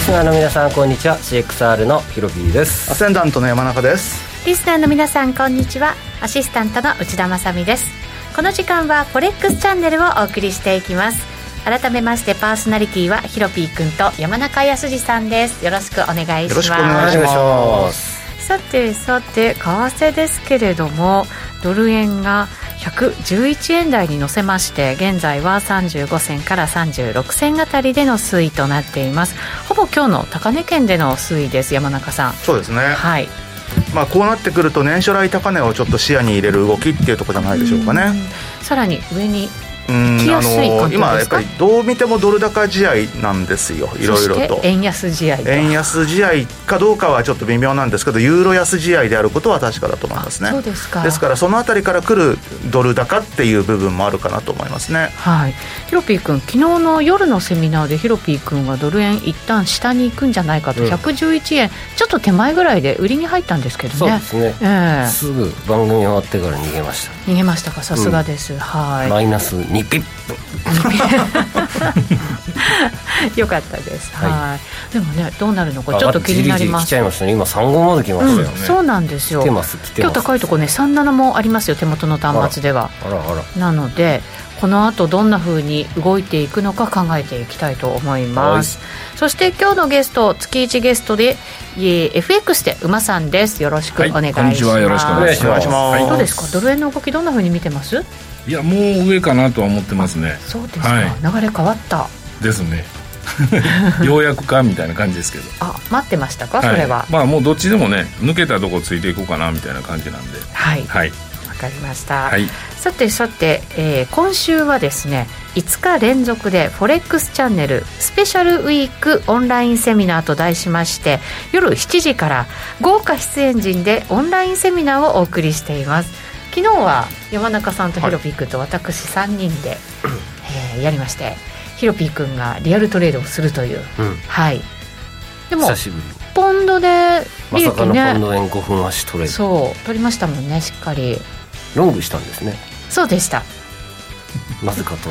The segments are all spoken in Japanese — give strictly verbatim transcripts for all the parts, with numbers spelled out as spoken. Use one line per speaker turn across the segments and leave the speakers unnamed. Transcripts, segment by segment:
スナーの皆さんこんにちは。 シーエックスアール のヒロピーです。
アセンダントの山中です。
リスナーの皆さんこんにちは。アシスタントの内田まさみです。この時間はフォレックスチャンネルをお送りしていきます。改めましてパーソナリティはヒロピーくんと山中康二さんです。よろしくお願いします。
よろしくお願いします。
さてさて為替ですけれども、ドル円がひゃくじゅういちえん台に乗せまして、現在はさんじゅうごせんからさんじゅうろくせんあたりでの推移となっています。ほぼ今日の高値圏での推移です。山中さん。
そうですね、
はい。
まあ、こうなってくると年初来高値をちょっと視野に入れる動きっていうところじゃないでしょうかね。
さらに上に
うん
来やすい感じですか。
今やっぱりどう見てもドル高試合なんですよ。いろいろと
そして円安試合
円安試合かどうかはちょっと微妙なんですけど、ユーロ安試合であることは確かだと思いますね。
そうですか。
ですからそのあたりから来るドル高っていう部分もあるかなと思いますね。
はい。ヒロピー君、昨日の夜のセミナーでヒロピー君はドル円一旦下に行くんじゃないかと、うん、ひゃくじゅういちえんちょっと手前ぐらいで売りに入ったんですけどね。
そうですね、えー、すぐ番組終わってから逃げました。
逃げましたか。さすがです、うん、はい。
マイナスにピップ
よかったです、はいはい、でもねどうなるのかちょっと気になります。
じりじり来ちゃいましたね。今さんじゅうごまで来ましたよね、
うん、そうなんですよ。
来てます来てます。
今日高いとこねさんじゅうななもありますよ、手元の端末では。
あらあらあら。
なのでこの後どんな風に動いていくのか考えていきたいと思います、はい、そして今日のゲスト月いちゲストで エフエックス で馬さんです。よろしくお願いします、はい、
こんにちは。よろしくお願いします。
どうですかドル円の動きどんな風に見てます？
いやもう上かなとは思ってますね。
そうですか、はい、流れ変わった
ですねようやくかみたいな感じですけど。
あ、待ってましたか、はい、それは。
まあもうどっちでもね抜けたとこついていこうかなみたいな感じなんで。
はい、
はい、
わかりました、
はい、
さてさて、えー、今週はですねいつか連続でフォレックスチャンネルスペシャルウィークオンラインセミナーと題しまして、夜しちじから豪華出演陣でオンラインセミナーをお送りしています。昨日は山中さんとヒロピー君と私さんにんで、はい、えー、やりまして、ヒロピー君がリアルトレードをするという、うん、はい。でも
久しぶり
ポンドで利益ね、
まさかのポンド円ごふん足トレード、
そう取りましたもんね。しっかり
ロングしたんですね。
そうでした。
なぜかと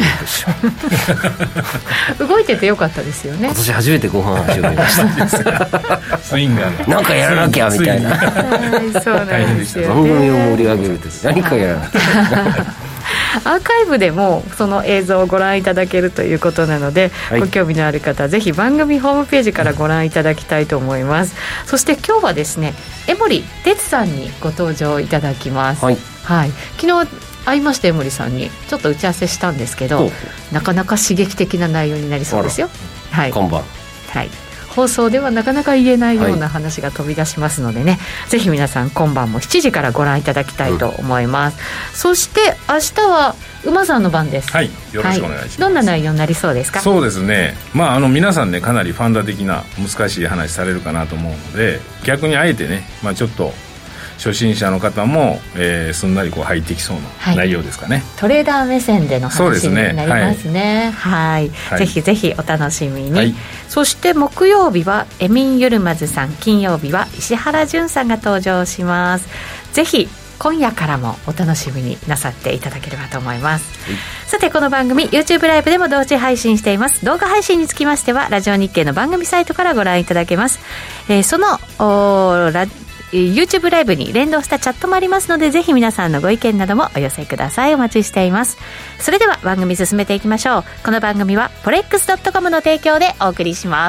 動いててよかったですよね。
今年初めてごふん足を見ました
スインガー
なんかやらなきゃみたいな。
はい、そうなんですよね。
番組を盛り上げると何かやらなきゃ
アーカイブでもその映像をご覧いただけるということなので、はい、ご興味のある方ぜひ番組ホームページからご覧いただきたいと思います。そして今日はですね江森哲さんにご登場いただきます、はいはい、昨日会いました江森さんにちょっと打ち合わせしたんですけど、なかなか刺激的な内容になりそうですよ。はい、
こんばん、
はい、放送ではなかなか言えないような話が飛び出しますのでね、はい、ぜひ皆さん今晩もしちじからご覧いただきたいと思います、うん、そして明日は馬さんの番です。
はい、よろしくお願いします、はい、
どんな内容になりそうですか？
そうですね、まあ、あの皆さんねかなりファンダ的な難しい話されるかなと思うので、逆にあえてね、まあ、ちょっと初心者の方も、えー、すんなりこう入ってきそうな内容ですかね、はい、
トレーダー目線での話になりますね。はい、はい、ぜひぜひお楽しみに、はい、そして木曜日はエミン・ユルマズさん、金曜日は石原淳さんが登場します。ぜひ今夜からもお楽しみになさっていただければと思います、はい、さてこの番組 YouTube ライブでも同時配信しています。動画配信につきましてはラジオ日経の番組サイトからご覧いただけます、えー、そのラYouTube ライブに連動したチャットもありますので、ぜひ皆さんのご意見などもお寄せください。お待ちしています。それでは番組進めていきましょう。この番組は フォレックスドットコム の提供でお送りします。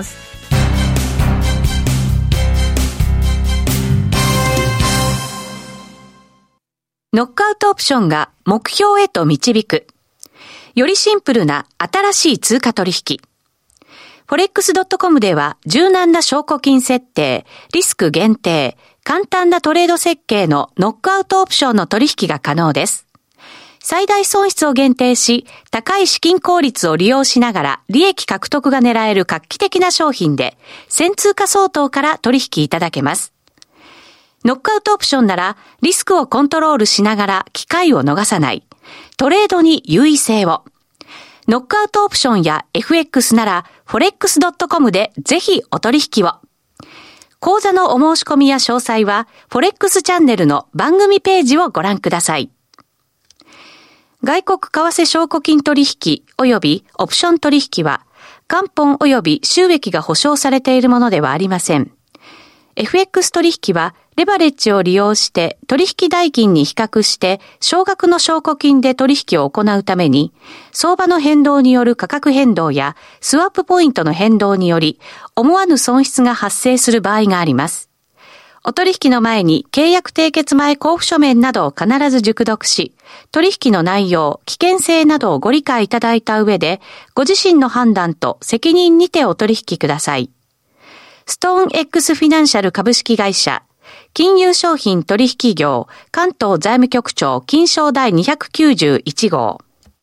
ノックアウトオプションが目標へと導く、よりシンプルな新しい通貨取引。フォレックスドットコム では柔軟な証拠金設定、リスク限定、簡単なトレード設計のノックアウトオプションの取引が可能です。最大損失を限定し、高い資金効率を利用しながら利益獲得が狙える画期的な商品で、せん通貨相当から取引いただけます。ノックアウトオプションならリスクをコントロールしながら機会を逃さない、トレードに優位性を。ノックアウトオプションや エフエックス なら フォレックスドットコム でぜひお取引を。講座のお申し込みや詳細は フォレックス チャンネルの番組ページをご覧ください。外国為替証拠金取引及びオプション取引は元本及び収益が保証されているものではありません。エフエックス 取引はレバレッジを利用して取引代金に比較して少額の証拠金で取引を行うために相場の変動による価格変動やスワップポイントの変動により思わぬ損失が発生する場合があります。お取引の前に契約締結前交付書面などを必ず熟読し、取引の内容、危険性などをご理解いただいた上で、ご自身の判断と責任にてお取引ください。ストーン X フィナンシャル株式会社、金融商品取引業、関東財務局長金商第にひゃくきゅうじゅういち号。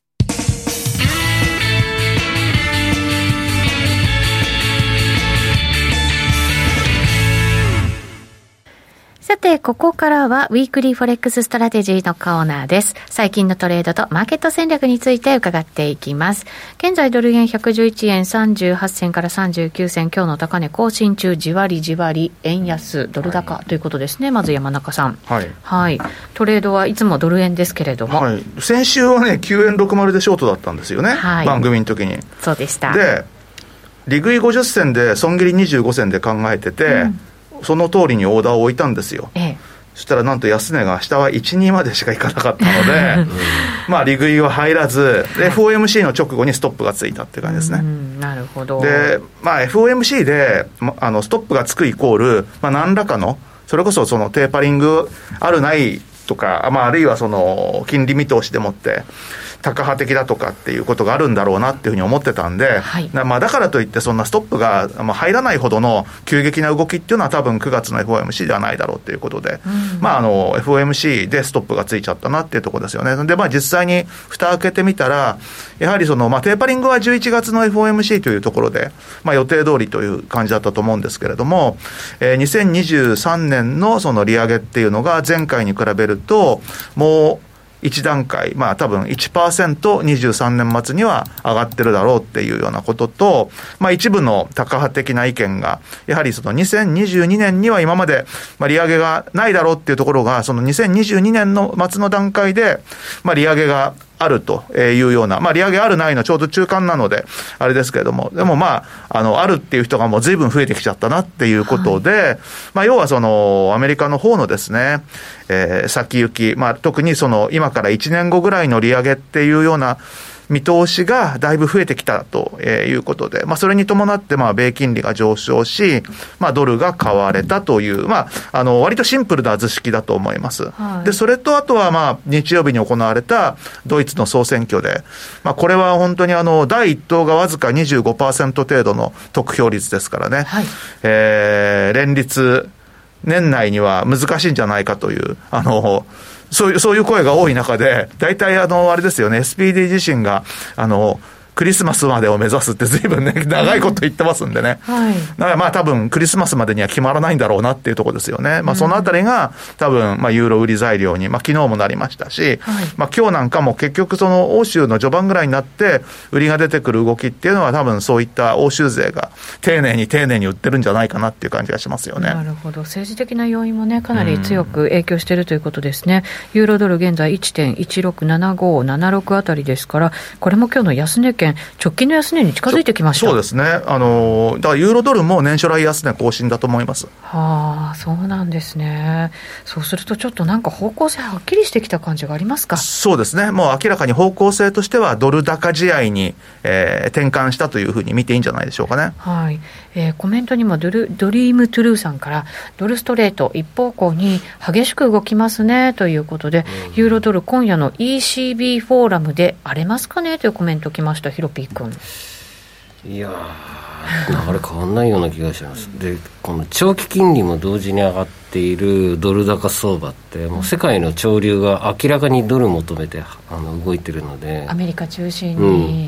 さて、ここからはウィークリーフォレックスストラテジーのコーナーです。最近のトレードとマーケット戦略について伺っていきます。現在ドル円ひゃくじゅういちえんさんじゅうはち銭からさんじゅうきゅう銭、今日の高値更新中、じわりじわり円安ドル高ということですね。まず山中さん、はい、はい、トレードはいつもドル円ですけれども、はい、
先週はねきゅうえんろくじゅうでショートだったんですよね、はい、番組の時に。
そうでした。
で利食いごじゅっ銭で損切りにじゅうご銭で考えてて、うん、その通りにオーダーを置いたんですよ、ええ、そしたらなんと安値が下はいちにまでしかいかなかったので、うん、まあ利食いは入らず、はい、エフオーエムシー の直後にストップがついたって感じですね。
うん、なるほど。
で、まあ、エフオーエムシー で、ま、あのストップがつくイコール、まあ、何らかのそれこそそのテーパリングあるないとか、まあ、あるいはその金利見通しでもって高派的だとかっていうことがあるんだろうなっていうふうに思ってたんで、はい、まあ、だからといってそんなストップが入らないほどの急激な動きっていうのは多分くがつの エフオーエムシー ではないだろうっていうことで、うん、まあ、あの エフオーエムシー でストップがついちゃったなっていうところですよね。で、まあ、実際に蓋開けてみたらやはりその、まあ、テーパリングはじゅういちがつの エフオーエムシー というところで、まあ、予定通りという感じだったと思うんですけれども、えー、にせんにじゅうさんねんのその利上げっていうのが前回に比べるともう一段階、まあ多分 いちパーセント にじゅうさんねん末には上がってるだろうっていうようなことと、まあ一部の高派的な意見が、やはりそのにせんにじゅうにねんには今までまあ利上げがないだろうっていうところが、そのにせんにじゅうにねんの末の段階で、まあ利上げがあるというような、まあ利上げあるないのちょうど中間なので、あれですけれども、でもまあ、あの、あるっていう人がもう随分増えてきちゃったなっていうことで、はい、まあ要はその、アメリカの方のですね、えー、先行き、まあ特にその、今からいちねんごぐらいの利上げっていうような、見通しがだいぶ増えてきたということで、まあ、それに伴ってまあ米金利が上昇し、まあ、ドルが買われたという、まあ、あの割とシンプルな図式だと思います、はい、でそれとあとはまあ日曜日に行われたドイツの総選挙で、まあ、これは本当にあの第一党がわずか にじゅうごパーセント 程度の得票率ですからね、はい、えー、連立年内には難しいんじゃないかというあのそういう、そういう声が多い中で、大体あの、あれですよね、エスピーディー 自身が、あの、クリスマスまでを目指すって随分ね、長いこと言ってますんでね。はい。だからまあ多分クリスマスまでには決まらないんだろうなっていうところですよね。まあそのあたりが多分まあユーロ売り材料に、まあ昨日もなりましたし、はい、まあ今日なんかも結局その欧州の序盤ぐらいになって売りが出てくる動きっていうのは多分そういった欧州勢が丁寧に丁寧に売ってるんじゃないかなっていう感じがしますよね。
なるほど。政治的な要因もね、かなり強く影響しているということですね。ユーロドル現在 いってんいちろくななごななろく あたりですから、これも今日の安値圏、直近の安値に近づいてきました。
そうですね。あのだからユーロドルも年初来安値更新だと思います。
はあ、そうなんですね。そうするとちょっとなんか方向性はっきりしてきた感じがありますか。
そうですね。もう明らかに方向性としてはドル高試合に、えー、転換したというふうに見ていいんじゃないでしょうかね。
はい。えー、コメントにもドルドリームトゥルーさんからドルストレート一方向に激しく動きますねということで、うん、ユーロドル今夜の イーシービー フォーラムで荒れますかねというコメント来ました。ヒロピー君。
いやー、流れ変わんないような気がします。で、この長期金利も同時に上がっているドル高相場ってもう世界の潮流が明らかにドル求めてあの動いてるので、
アメリカ中心に、
うん、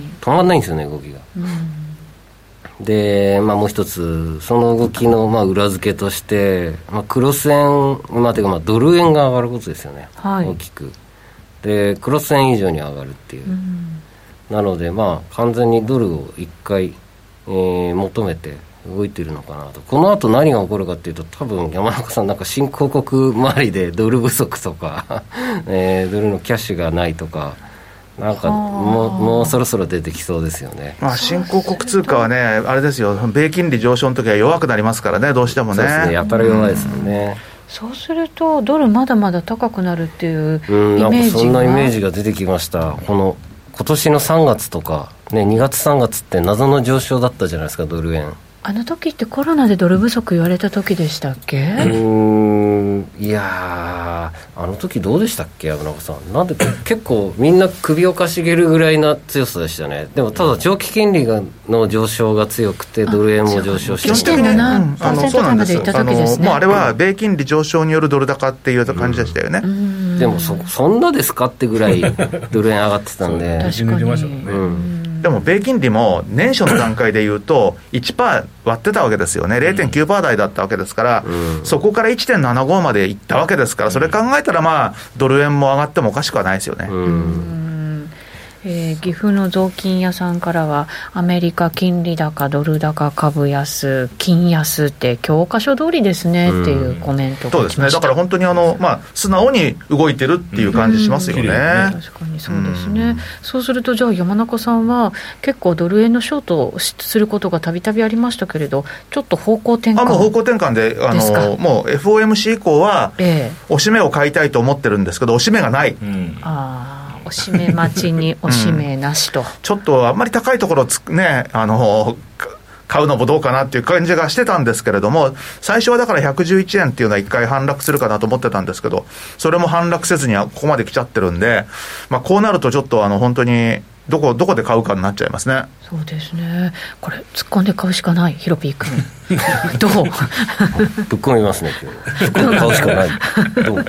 止まんないんですよね、動きが、うん、で、まあ、もう一つその動きのまあ裏付けとして、まあ、クロス円、まあ、てかまあドル円が上がることですよね、はい、大きくでクロス円以上に上がるっていう、うん、なのでまあ完全にドルを一回、えー、求めて動いてるのかなと。この後何が起こるかっていうと、多分山中さんなんか新興国周りでドル不足とか、えー、ドルのキャッシュがないとか、 なんかもう、もうそろそろ出てきそうですよね。
まあ、新興国通貨はね、あれですよ、米金利上昇の時は弱くなりますからね、どうしてもね。
そうですね、やたら弱いですよね。
そうするとドルまだまだ高くなるっていうイメージが、
うん、なんかそんなイメージが出てきました。この今年のさんがつとか、ね、にがつさんがつって謎の上昇だったじゃないですか、ドル円。
あの時ってコロナでドル不足言われた時でしたっけ？う
ーん、いやー、あの時どうでしたっけ、山中さん。なんで結構みんな首をかしげるぐらいな強さでしたね。でもただ長期金利がの上昇が強くてドル円も上昇して、
基本的にね、うん、
あのそうなんです。あの
もうあれは米金利上昇によるドル高っていう感じでしたよね。
うん、でも そ, そんなですかってぐらいドル円上がってたんで
確かに、
うん、
でも米金利も年初の段階でいうと いちパーセント 割ってたわけですよね。 れいてんきゅうパーセント 台だったわけですから、うん、そこから いってんななご までいったわけですから、それ考えたらまあドル円も上がってもおかしくはないですよね。
うん、えー、岐阜の雑巾屋さんからはアメリカ金利高ドル高株安金安って教科書通りですねっていうコメントが来ました。
そうですね、だから本当にあの、まあ、素直に動いてるっていう感じしますよね。
確かにそうですね。そうするとじゃあ山中さんは結構ドル円のショートをすることがたびたびありましたけれど、ちょっと方向転換。
あ、もう方向転換で、あのもう エフオーエムシー 以降は、ええ、おしめを買いたいと思ってるんですけど、おしめがない、うん、
ああ、おしめ待ちにおしめなしと、うん、
ちょっとあんまり高いところつね、あの買うのもどうかなっていう感じがしてたんですけれども、最初はだからひゃくじゅういちえんっていうのは一回反落するかなと思ってたんですけど、それも反落せずにここまで来ちゃってるんで、まあ、こうなるとちょっとあの本当にどこどこで買うかになっちゃいますね。
そうですね、これ突っ込んで買うしかない。ヒロピー君どうぶっ
込みますね今日。買うしかないどう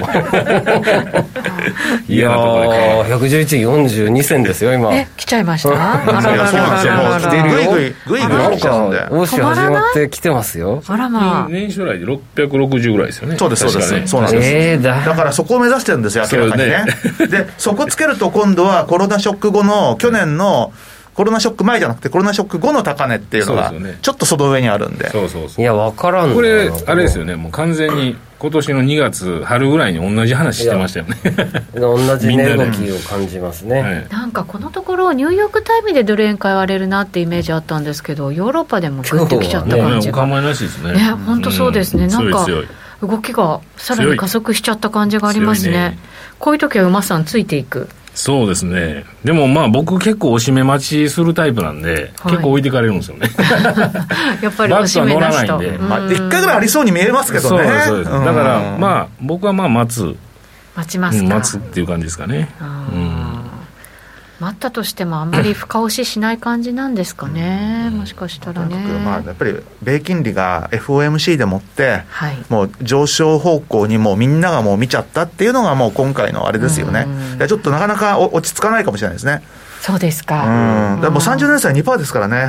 いやーひゃくじゅういちえんよんじゅうにせんですよ今。
え来ちゃいました
あらららららら、ぐいぐいぐいぐい来ちゃうんで、
欧州始まってきてますよ。
あらまあ、
年初来でろっぴゃくろくじゅうぐらいですよね。
そうですそうです、ね、そうなんです、えー、だ, だからそこを目指してるんですよ明らかに ね, ねでそこつけると今度はコロナショック後の去年のコロナショック前じゃなくてコロナショック後の高値っていうのがちょっとその上にあるんで、
そうそうそう、
いや分からんな。
これあれですよね、もう完全に今年のにがつ春ぐらいに同じ話してましたよね。
同じ値動きを感じますね、はい、
なんかこのところニューヨークタイムでドル円買われるなってイメージあったんですけど、ヨーロッパでもグッときちゃった感じが、
ね、お構いなしですね。
ね、本当そうですね、うん、なんか動きがさらに加速しちゃった感じがあります ね, ねこういう時は馬さんついていく。
そうですね。でもまあ僕結構おしめ待ちするタイプなんで、はい、結構置いてかれるんですよね。
やっぱりおしめなしと
バッグは乗らないんで、
まあ、いっかいぐらいありそうに見えますけどね。
そうですそうです。だからまあ僕はまあ待つ
待ちますか、
うん、待つっていう感じですかね。うん、
待ったとしてもあんまり深押ししない感じなんですかね、もしかしたらね。
まあ、やっぱり米金利が エフオーエムシー でもって、はい、もう上昇方向にもうみんながもう見ちゃったっていうのがもう今回のあれですよね。ちょっとなかなか落ち着かないかもしれないですね。
そうですか。
うん、だもうさんじゅうねん債 にパーセント ですからね。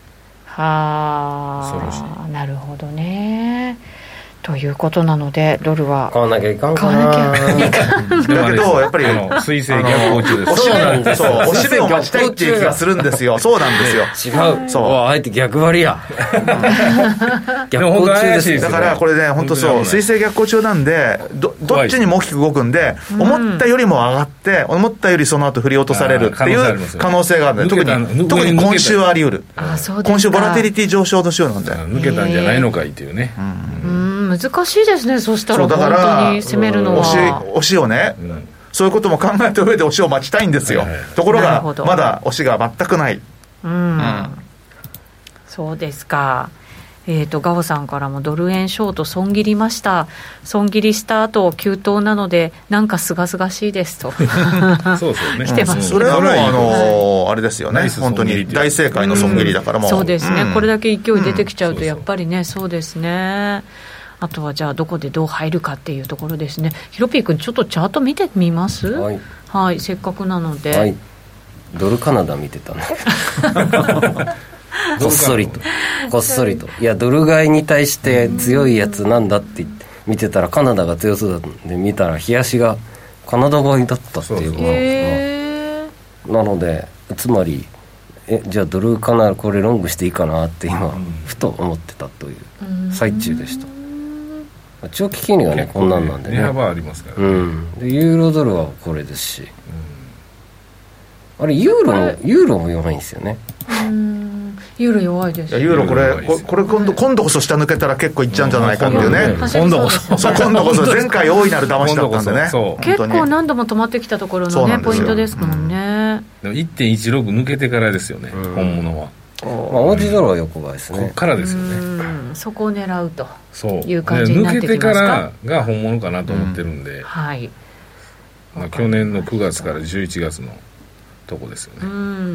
はあ、なるほどね。ということなのでドルは
買わなきゃいかんかな。
買わなきゃいかん
だけどやっぱり
水星逆行中です。
そうなんです。そうおしめを待ちたいっていう気がするんですよ。そうなんです
よ。違う。そうあえて逆張りや。
逆行中です。
だからこれね本当そう水星逆行中なんで ど, どっちにも大きく動くんで、うん、思ったよりも上がって思ったよりその後振り落とされるっていう可能性があるんで、特に特に今週はあり得る。
あそうですか。
今週ボラティリティ上昇の週なんで
抜けたんじゃないのかいっていうね。
うん難しいですね。そしたら本当に攻めるのは
押し、押しをね、うん、そういうことも考えた上で押しを待ちたいんですよ、はい、ところがまだ押しが全くない、
うんうん、そうですか。えーと、ガオさんからもドル円ショート損切りました。損切りした後急騰なのでなんかすがすがしいですとそう
ですよね。
来てます、うん、
それはもう、あのー、あれですよね、本当に大正解の損切りだからもう、
うん、そうですね、うん、これだけ勢い出てきちゃうとやっぱりね、うん、そうそうそうですね。あとはじゃあどこでどう入るかっていうところですね。ヒロピー君ちょっとチャート見てみます？はい、はい、せっかくなので、はい、
ドルカナダ見てたねこっそりとこっそりといやドル買いに対して強いやつなんだって見てたらカナダが強そうだったんで見たら冷やしがカナダ買いだったっていうのが、えー、なのでつまりえじゃあドルカナダこれロングしていいかなって今ふと思ってたという最中でした。長期金利がねこんなんなんでね、
値幅ありますからね、
うん、でユーロドルはこれですし、 あれユーロもユーロも弱いんですよね。
うーん、ユーロ弱いです。
ユーロこれこれ今度今度こそ下抜けたら結構いっちゃうんじゃないかっていうね。
今度こそ
そう今度こそ前回大いなる騙しだったんでね。
結構何度も止まってきたところのねポイントですもんね。
でも いってんいちろく 抜けてからですよね、うん、本物は。
まあ、オージードルは横ばいですね。
こっからですよね。
うん、そこを狙うと
そう
いう感じになってきますか。
抜けてからが本物かなと思ってるんで、
うん、はい。
まあ、去年のくがつからじゅういちがつのとこですよね。
うん、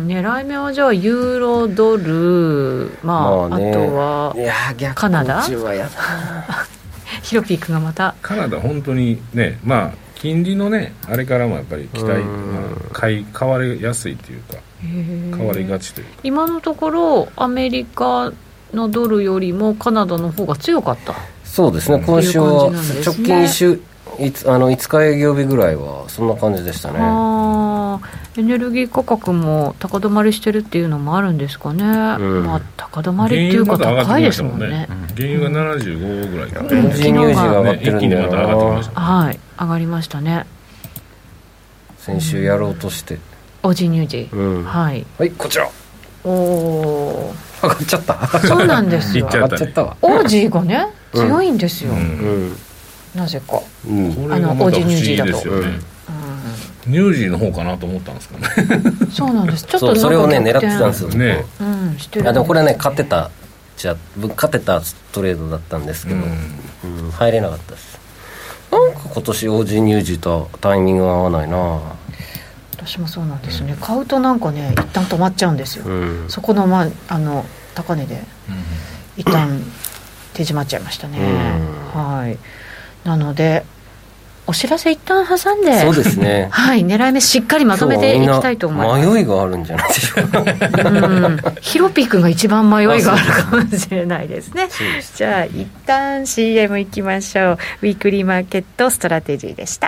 狙い目はじゃあユーロドル、まあ、まあね、あとはい
や逆
カナダ
はやだ
ヒロピー君がまた
カナダ本当にね、まあ金利のねあれからもやっぱり期待、まあ、買い買われやすいというか買われがちというか、
今のところアメリカのドルよりもカナダの方が強かった。
そうですね、今週は直近いっ週いつあのいつか営業日ぐらいはそんな感じでしたね。
あ、エネルギー価格も高止まりしてるっていうのもあるんですかね、うん、まあ、高止まりっていうか高いですもんね。
原油がななじゅうごぐらいか、
うん、エンジン乳児が上がってるんで、ね、
一気にまた上がってきました、
はい、上がりましたね。
先週やろうとして、
オージー乳児、うん、はい、
はい、こちら
おお
上がっちゃった。
そうなんですよ
上がっちゃったわ。
オージーがね強いんですよ、うん
うん
なぜか、
うん、あのオージー乳児だと、うん、乳児の方かなと思ったんですかね。
そうなんです。ちょっと
そうそれをね狙ってたんですよ
ね。
うん、知ってる。
あでもこれはね勝てたじゃ勝てたトレードだったんですけど、うんうん、入れなかったです。なんか今年 オージー 乳児とタイミングが合わないな。
私もそうなんですね、うん、買うとなんかね一旦止まっちゃうんですよ、うん、そこの、まあ、あの高値で一旦手締まっちゃいましたね、うん、はいなのでお知らせ一旦挟んで、
そうですね、
はい、狙い目しっかりまとめていきたいと思います。
迷いがあるんじゃないでしょうか。
うんヒロピー君が一番迷いがあるかもしれないですね。じゃあ一旦 シーエム いきましょう。ウィークリーマーケットストラテジーでした。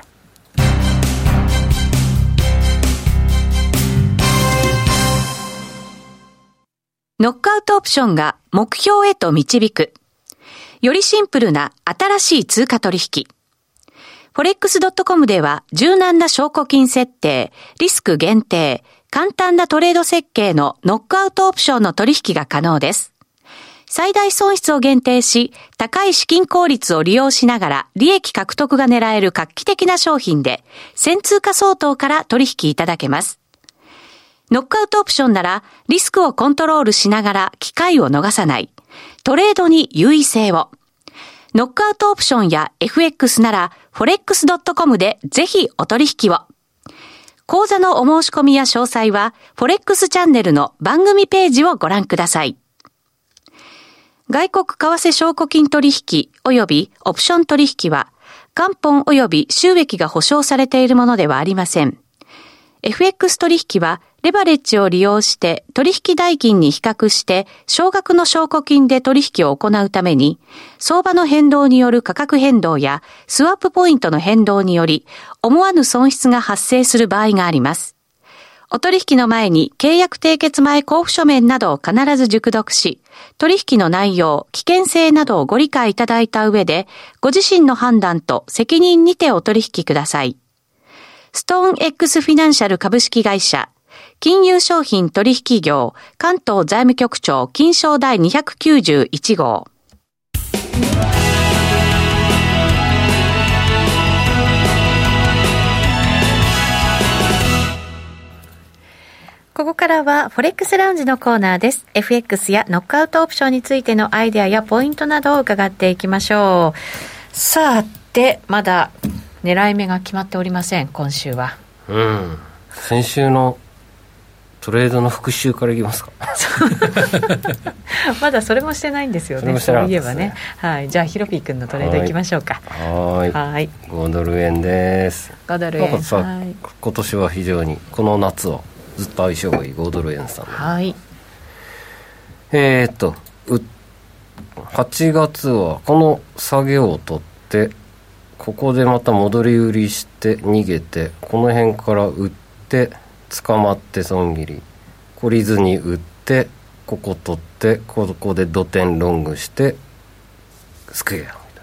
ノックアウトオプションが目標へと導く。よりシンプルな新しい通貨取引。フォレックスドットコム では柔軟な証拠金設定、リスク限定、簡単なトレード設計のノックアウトオプションの取引が可能です。最大損失を限定し、高い資金効率を利用しながら利益獲得が狙える画期的な商品で、せん通貨相当から取引いただけます。ノックアウトオプションならリスクをコントロールしながら機会を逃さない。トレードに優位性を。ノックアウトオプションや エフエックス なら フォレックスドットコム でぜひお取引を。講座のお申し込みや詳細は フォレックス チャンネルの番組ページをご覧ください。外国為替証拠金取引及びオプション取引は元本及び収益が保証されているものではありません。エフエックス 取引はレバレッジを利用して取引代金に比較して少額の証拠金で取引を行うために相場の変動による価格変動やスワップポイントの変動により思わぬ損失が発生する場合があります。お取引の前に契約締結前交付書面などを必ず熟読し、取引の内容、危険性などをご理解いただいた上でご自身の判断と責任にてお取引ください。ストーン X フィナンシャル株式会社金融商品取引業関東財務局長金商第にひゃくきゅうじゅういち号。
ここからはフォレックスラウンジのコーナーです。 エフエックス やノックアウトオプションについてのアイデアやポイントなどを伺っていきましょう。さてまだ狙い目が決まっておりません。今週は
うん先週のトレードの復習からいきますか。
まだそれもしてないんですよね。そ, そういえばね、はい、じゃあヒロピー君のトレードいきましょうか。
はいはいごドル円です。
ごドル円、
さ、
はい、
今年は非常にこの夏はずっと相性がいいごドル円さん、
はい、
えー、っとはちがつはこの下げを取ってここでまた戻り売りして逃げてこの辺から売って捕まって損切り懲りずに売ってここ取ってここで土点ロングしてスクエアみたい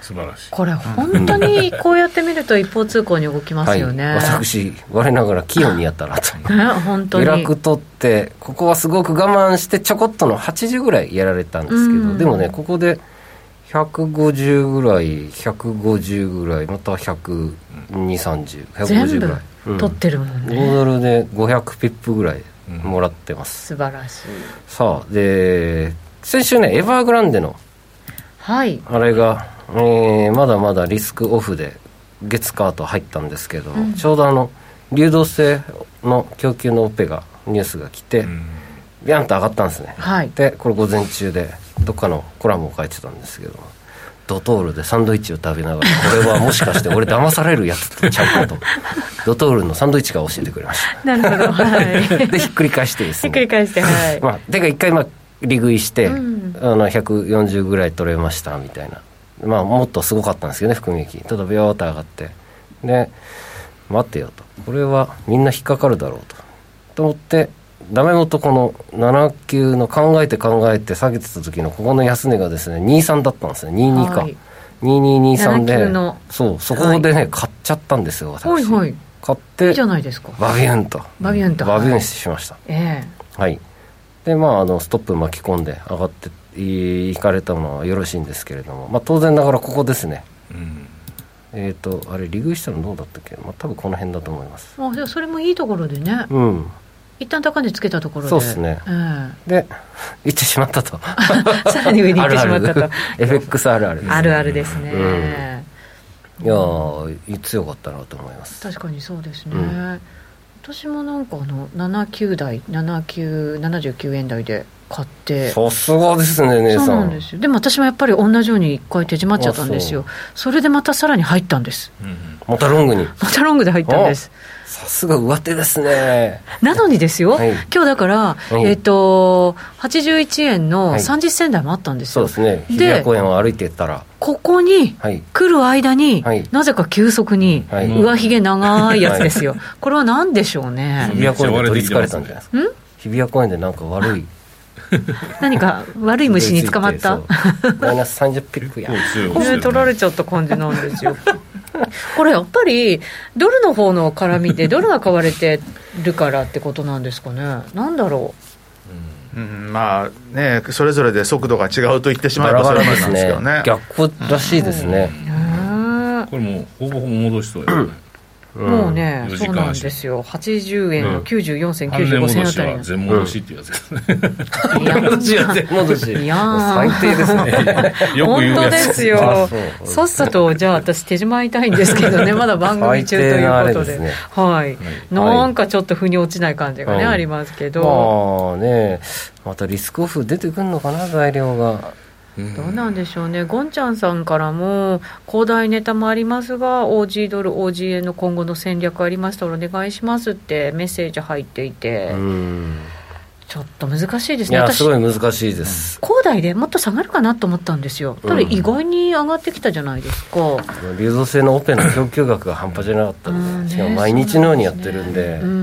素晴らしい。
これ本当にこうやって見ると一方通行に動きますよね、
はい、私我ながら器用にやったなと
本当に
下落取ってここはすごく我慢してちょこっとのはちじゅうぐらいやられたんですけど、うん、でもねここでひゃくごじゅうぐらいひゃくごじゅうぐらいまたひゃくにじゅう、さんじゅう、ひゃくごじゅうぐらい
全部取ってるもんね、
うん、ごドルでごひゃくピップぐらいもらってます、
うん、素晴らしい。
さあで先週ねエバーグランデの、
はい、
あれが、えー、まだまだリスクオフで月カート入ったんですけど、うん、ちょうどあの流動性の供給のオペがニュースが来て、うん、ビャンと上がったんですね、はい、でこれ午前中でどっかのコラムを書いてたんですけど、ドトールでサンドイッチを食べながらこれはもしかして俺騙されるやつとちゃうかとドトールのサンドイッチが教えてくれました
なるほど、はい、
でひっくり返してですね
ひっくり返して、はい、
まあ、でか一回まあ利食いして、うん、あのひゃくよんじゅうぐらい取れましたみたいな、まあもっとすごかったんですけどね含み益ただビョーッと上がってで待ってよとこれはみんな引っかかるだろうとと思ってダメ元このななきゅうの考えて考えて下げてた時のここの安値がですねにじゅうさんだったんですねにじゅうにか、はい、にじゅうに、にじゅうさんでそうそこでね、はい、買っちゃったんですよ私、はいはい、買って
いいじゃないですか
バビュンと
バビュンと
バビュンしました、
え
ー、はいでまああのストップ巻き込んで上がっていかれたのはよろしいんですけれども、まあ、当然ながらここですね、うん、えっ、ー、とあれ利食いしたのどうだったっけ、まあ、多分この辺だと思います。
あじゃあそれもいいところでね、うん一旦高値つけたところで
そうですね、えー、で行ってしまったと
さらに上に行ってしまったと
エフエックスアールアール ですね
あるあるですね、
うん、いや強かったなと思います。
確かにそうですね、うん、私もなんかあのななじゅうきゅう台ななじゅうきゅうえん台で買って
さすがですね姉さん。
そうなんですよ。でも私もやっぱり同じように一回手締まっちゃったんですよ。 そ, それでまたさらに入ったんです、うん、
またロングに
またロングで入ったんです。
さすが上手ですね。
なのにですよ、はい、今日だから、はい、えー、とはちじゅういちえんのさんじゅっせん台もあったんですよ、
はい、そうですね。日比谷公園を歩いていったら
ここに来る間に、はい、なぜか急速に上髭長いやつですよ、はい、これは何でしょうね。
日比谷公園で取りつかれたんじゃないですか。ん日比谷公園でなんか悪い
何か悪い虫に捕まった
マイナスさんじゅうピップや
これ取られちゃった感じなんですよこれやっぱりドルの方の絡みでドルが買われてるからってことなんですかね。なんだろ
う、うんうん、まあねそれぞれで速度が違うと言ってしまえばそれなんですけどね。
逆らしいですね、
うん、
これもうほぼほぼ戻しそうやね
うん、もうね、そうなんですよ。はちじゅうえんのきゅうじゅうよんせんきゅうじゅうごせんあたりの
全戻しっていうやつですね。
いや戻しは全戻し。いや最低ですね。
よく言うやつ。
本当ですよ。さっさとじゃあ私手締まりたいんですけどね。まだ番組中ということで、でね、はい、はい。なんかちょっと腑に落ちない感じがね、はい、ありますけど。
まあね、またリスクオフ出てくるのかな材料が。
どうなんでしょうね。ゴンちゃんさんからも広大ネタもありますが オージー ドル オージー 円の今後の戦略ありましたらお願いしますってメッセージ入っていて、うんちょっと難しいですね。
いやすごい難しいです。
広大でもっと下がるかなと思ったんですよ。ただ意外に上がってきたじゃないですか、
うん、流動性のオペの供給額が半端じゃなかったんで、しかも毎日のようにやってるんで、うん、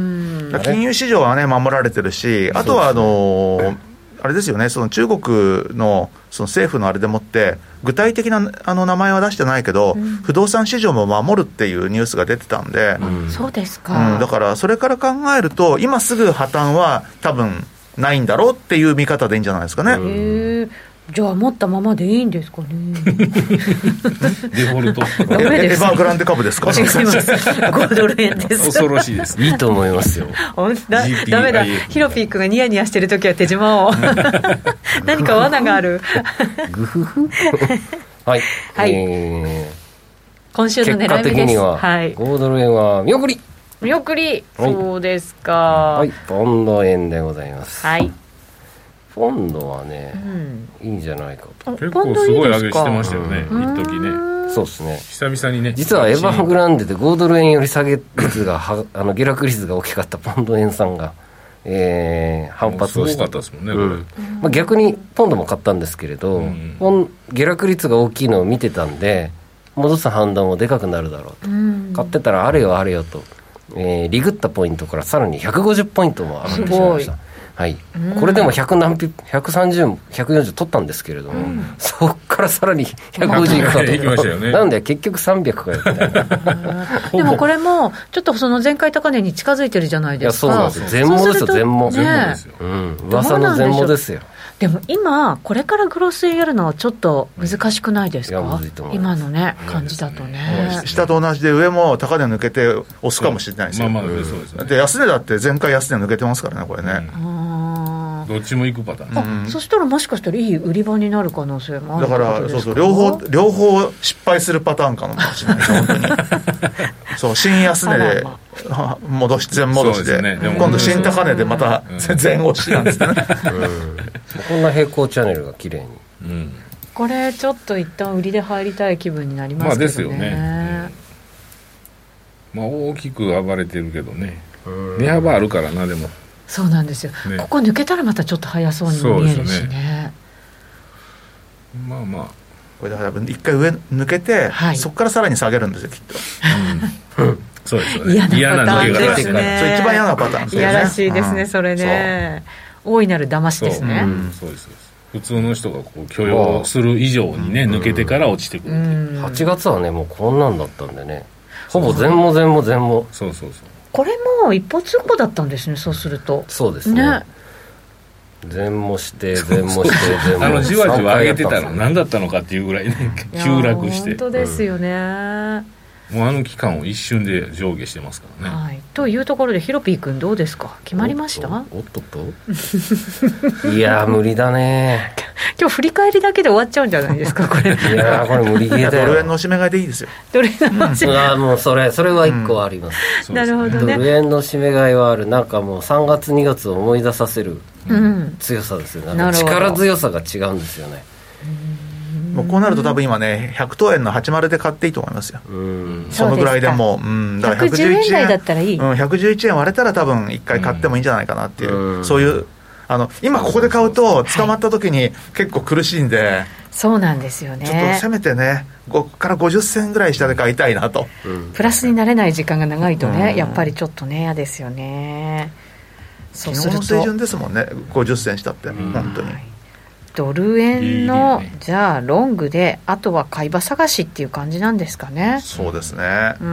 金融市場はね守られてるし、あとはあのーあれですよね、その中国のその政府のあれでもって具体的なあの名前は出してないけど、うん、不動産市場も守るっていうニュースが出てたんで、
うん、そうですか、
うん、だからそれから考えると今すぐ破綻は多分ないんだろうっていう見方でいいんじゃないですかね。
へーじゃあ持ったままでいいんですかね。
デフォルト
ダメです。エバーグランデ株ですか。
違いますごドル円です。
恐ろしいです、
ね、いいと思いますよ。
だダメだヒロピー君がニヤニヤしてるときは手締まおう何か罠がある
グフフはい、
はい
えー、
今週の狙い目です。
結果的には、はい、ごドル円は見送り
見送り、はい、そうですか。
はいポンド円でございます。
はい
ポンドはね、うん、いいんじゃないかと。
結構すごい上げしてましたよね、一時ね。
そうですね。
久々にね。
実はエバーグランデでごドル円より下げ率がはあの下落率が大きかったポンド円さんが、えー、反発をした。
すごかったですもんね、これ。うん
まあ、逆にポンドも買ったんですけれど、うん、下落率が大きいのを見てたんで戻す反動もでかくなるだろうと、うん、買ってたらあれよあれよと、えー、リグったポイントからさらにひゃくごじゅうポイントも上がってしまいました。 はい、これでもひゃく何ピひゃくさんじゅう、ひゃくよんじゅう取ったんですけれども、うん、そこからさらにひゃくごじゅういくかと、まね、なので結局さんびゃくかよみたいな
でもこれもちょっとその前回高値に近づいてるじゃないですか。
いやそうなんですよ、全盲ですよ、全盲、ね、うん、噂の全盲ですよ。
でも今これからグロス円やるのはちょっと難しくないですか、今のね感じだとね。
下と同じで上も高値抜けて押すかもしれないですよ。まあまあそうですね。で安値だって前回安値抜けてますからねこれね、うん、
あどっちも行くパターン、
うん、そしたらもしかしたらいい売り場になる可能性もある。
だからそうそう両方両方失敗するパターンかもしれない本当にそう新安値で戻し全戻し で, で、ね、今度新高値でまた全押しなんですね、うん、
こんな平行チャンネルが綺麗に、
うん、これちょっと一旦売りで入りたい気分になりますけどね、まあですよね、
まあ、大きく暴れてるけどね、値幅あるからな。でも
そうなんですよ、ね、ここ抜けたらまたちょっと早そうにも見えるし ね, ね
まあまあ
これだから一回上抜けて、はい、そこからさらに下げるんですよきっと、うん
そうですよね、嫌なパターンですね。
それ一番嫌なパターンですね。
嫌らしいですね、うん、それね。大いなる騙しですね。
そう、うん、そうですそうです。普通の人がこう許容する以上にね、抜けてから落ちてくる、うん、
はちがつはねもうこんなんだったんでね、ほぼ全も全も全も、
そうそうそう、
これも一歩通行だったんですね。そうすると
そうです ね, ね全もして全もして全も
あのじわじわ上げてたの何だったのかっていうぐらいね急落して。
本当ですよね、
うん、もうあの期間を一瞬で上下してますからね、
はい、というところでヒロピー君どうですか、決まりました？
おっとっといや無理だね
今日振り返りだけで終わっちゃうんじゃないですかこれ。
いやこれ無理ゲーだよ。
ドル円の締め買いでいいですよ。
ドル円の締め買い、
うん、もうそれそれはいっこあります、
うん、なるほどね。
ドル円の締め買いはある。なんかもうさんがつにがつを思い出させる強さですよね、うん、なんか力強さが違うんですよね。
もうこうなると多分今ねひゃくとうえんのはちじゅうで買っていいと思いますよ、うん、そのぐらいでもう、うん、
だからひゃくじゅうえん台だったらいい、
うん、ひゃくじゅういちえん割れたら多分いっかい買ってもいいんじゃないかなっていう、うん、そういうあの今ここで買うと捕まった時に結構苦しいんで、はい、
そうなんですよね。
ちょっとせめてねここからごじゅっせんぐらい下で買いたいなと、
うん、プラスになれない時間が長いとね、うん、やっぱりちょっとね嫌ですよね。
そうすると昨日の水準ですもんねごじゅっせん下って、うん、本当に
ドル円のじゃあロングであとは買い場探しっていう感じなんですかね。
そうですね、うん、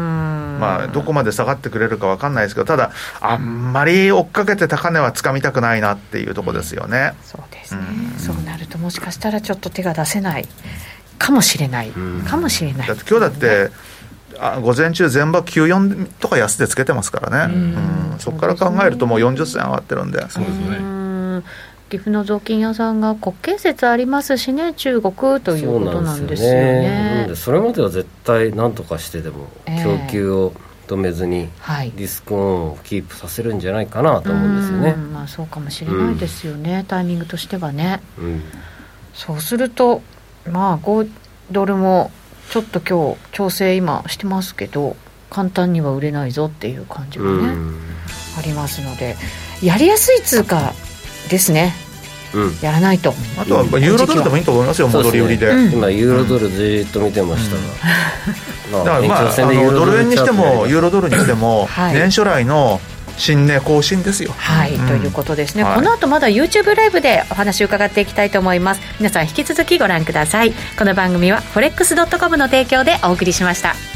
まあどこまで下がってくれるか分かんないですけど、ただあんまり追っかけて高値はつかみたくないなっていうところですよね、
うん、そうですね、うん、そうなるともしかしたらちょっと手が出せないかもしれない、うん、かもしれない。
だって今日だってあ午前中全場きゅうじゅうよんとか安でつけてますからね、うんうん、そこから考えるともうよんじゅっせん上がってるんで。
そうですね。
うん岐阜の雑巾屋さんが国慶節ありますしね中国ということなんですよね。 そうなんですよね。
なのでそれまでは絶対何とかしてでも供給を止めずにリスクオンをキープさせるんじゃないかなと思うんですよね、
うん、まあ、そうかもしれないですよね、うん、タイミングとしてはね、うん、そうするとまあごドルもちょっと今日調整今してますけど簡単には売れないぞっていう感じがね、うん、ありますのでやりやすい通貨ですね、うん、やらないと。
あとはユーロドルでもいいと思いますよ、戻り売りで、
うん、今ユーロドルじっと見てましたが、うん、だから
まあ、あのドル円にしてもユーロドルにしても、はい、年初来の新値更新ですよ。
はい、うん、ということですね、はい、この後まだ YouTube ライブでお話を伺っていきたいと思います。皆さん引き続きご覧ください。この番組は フォレックスドットコム の提供でお送りしました。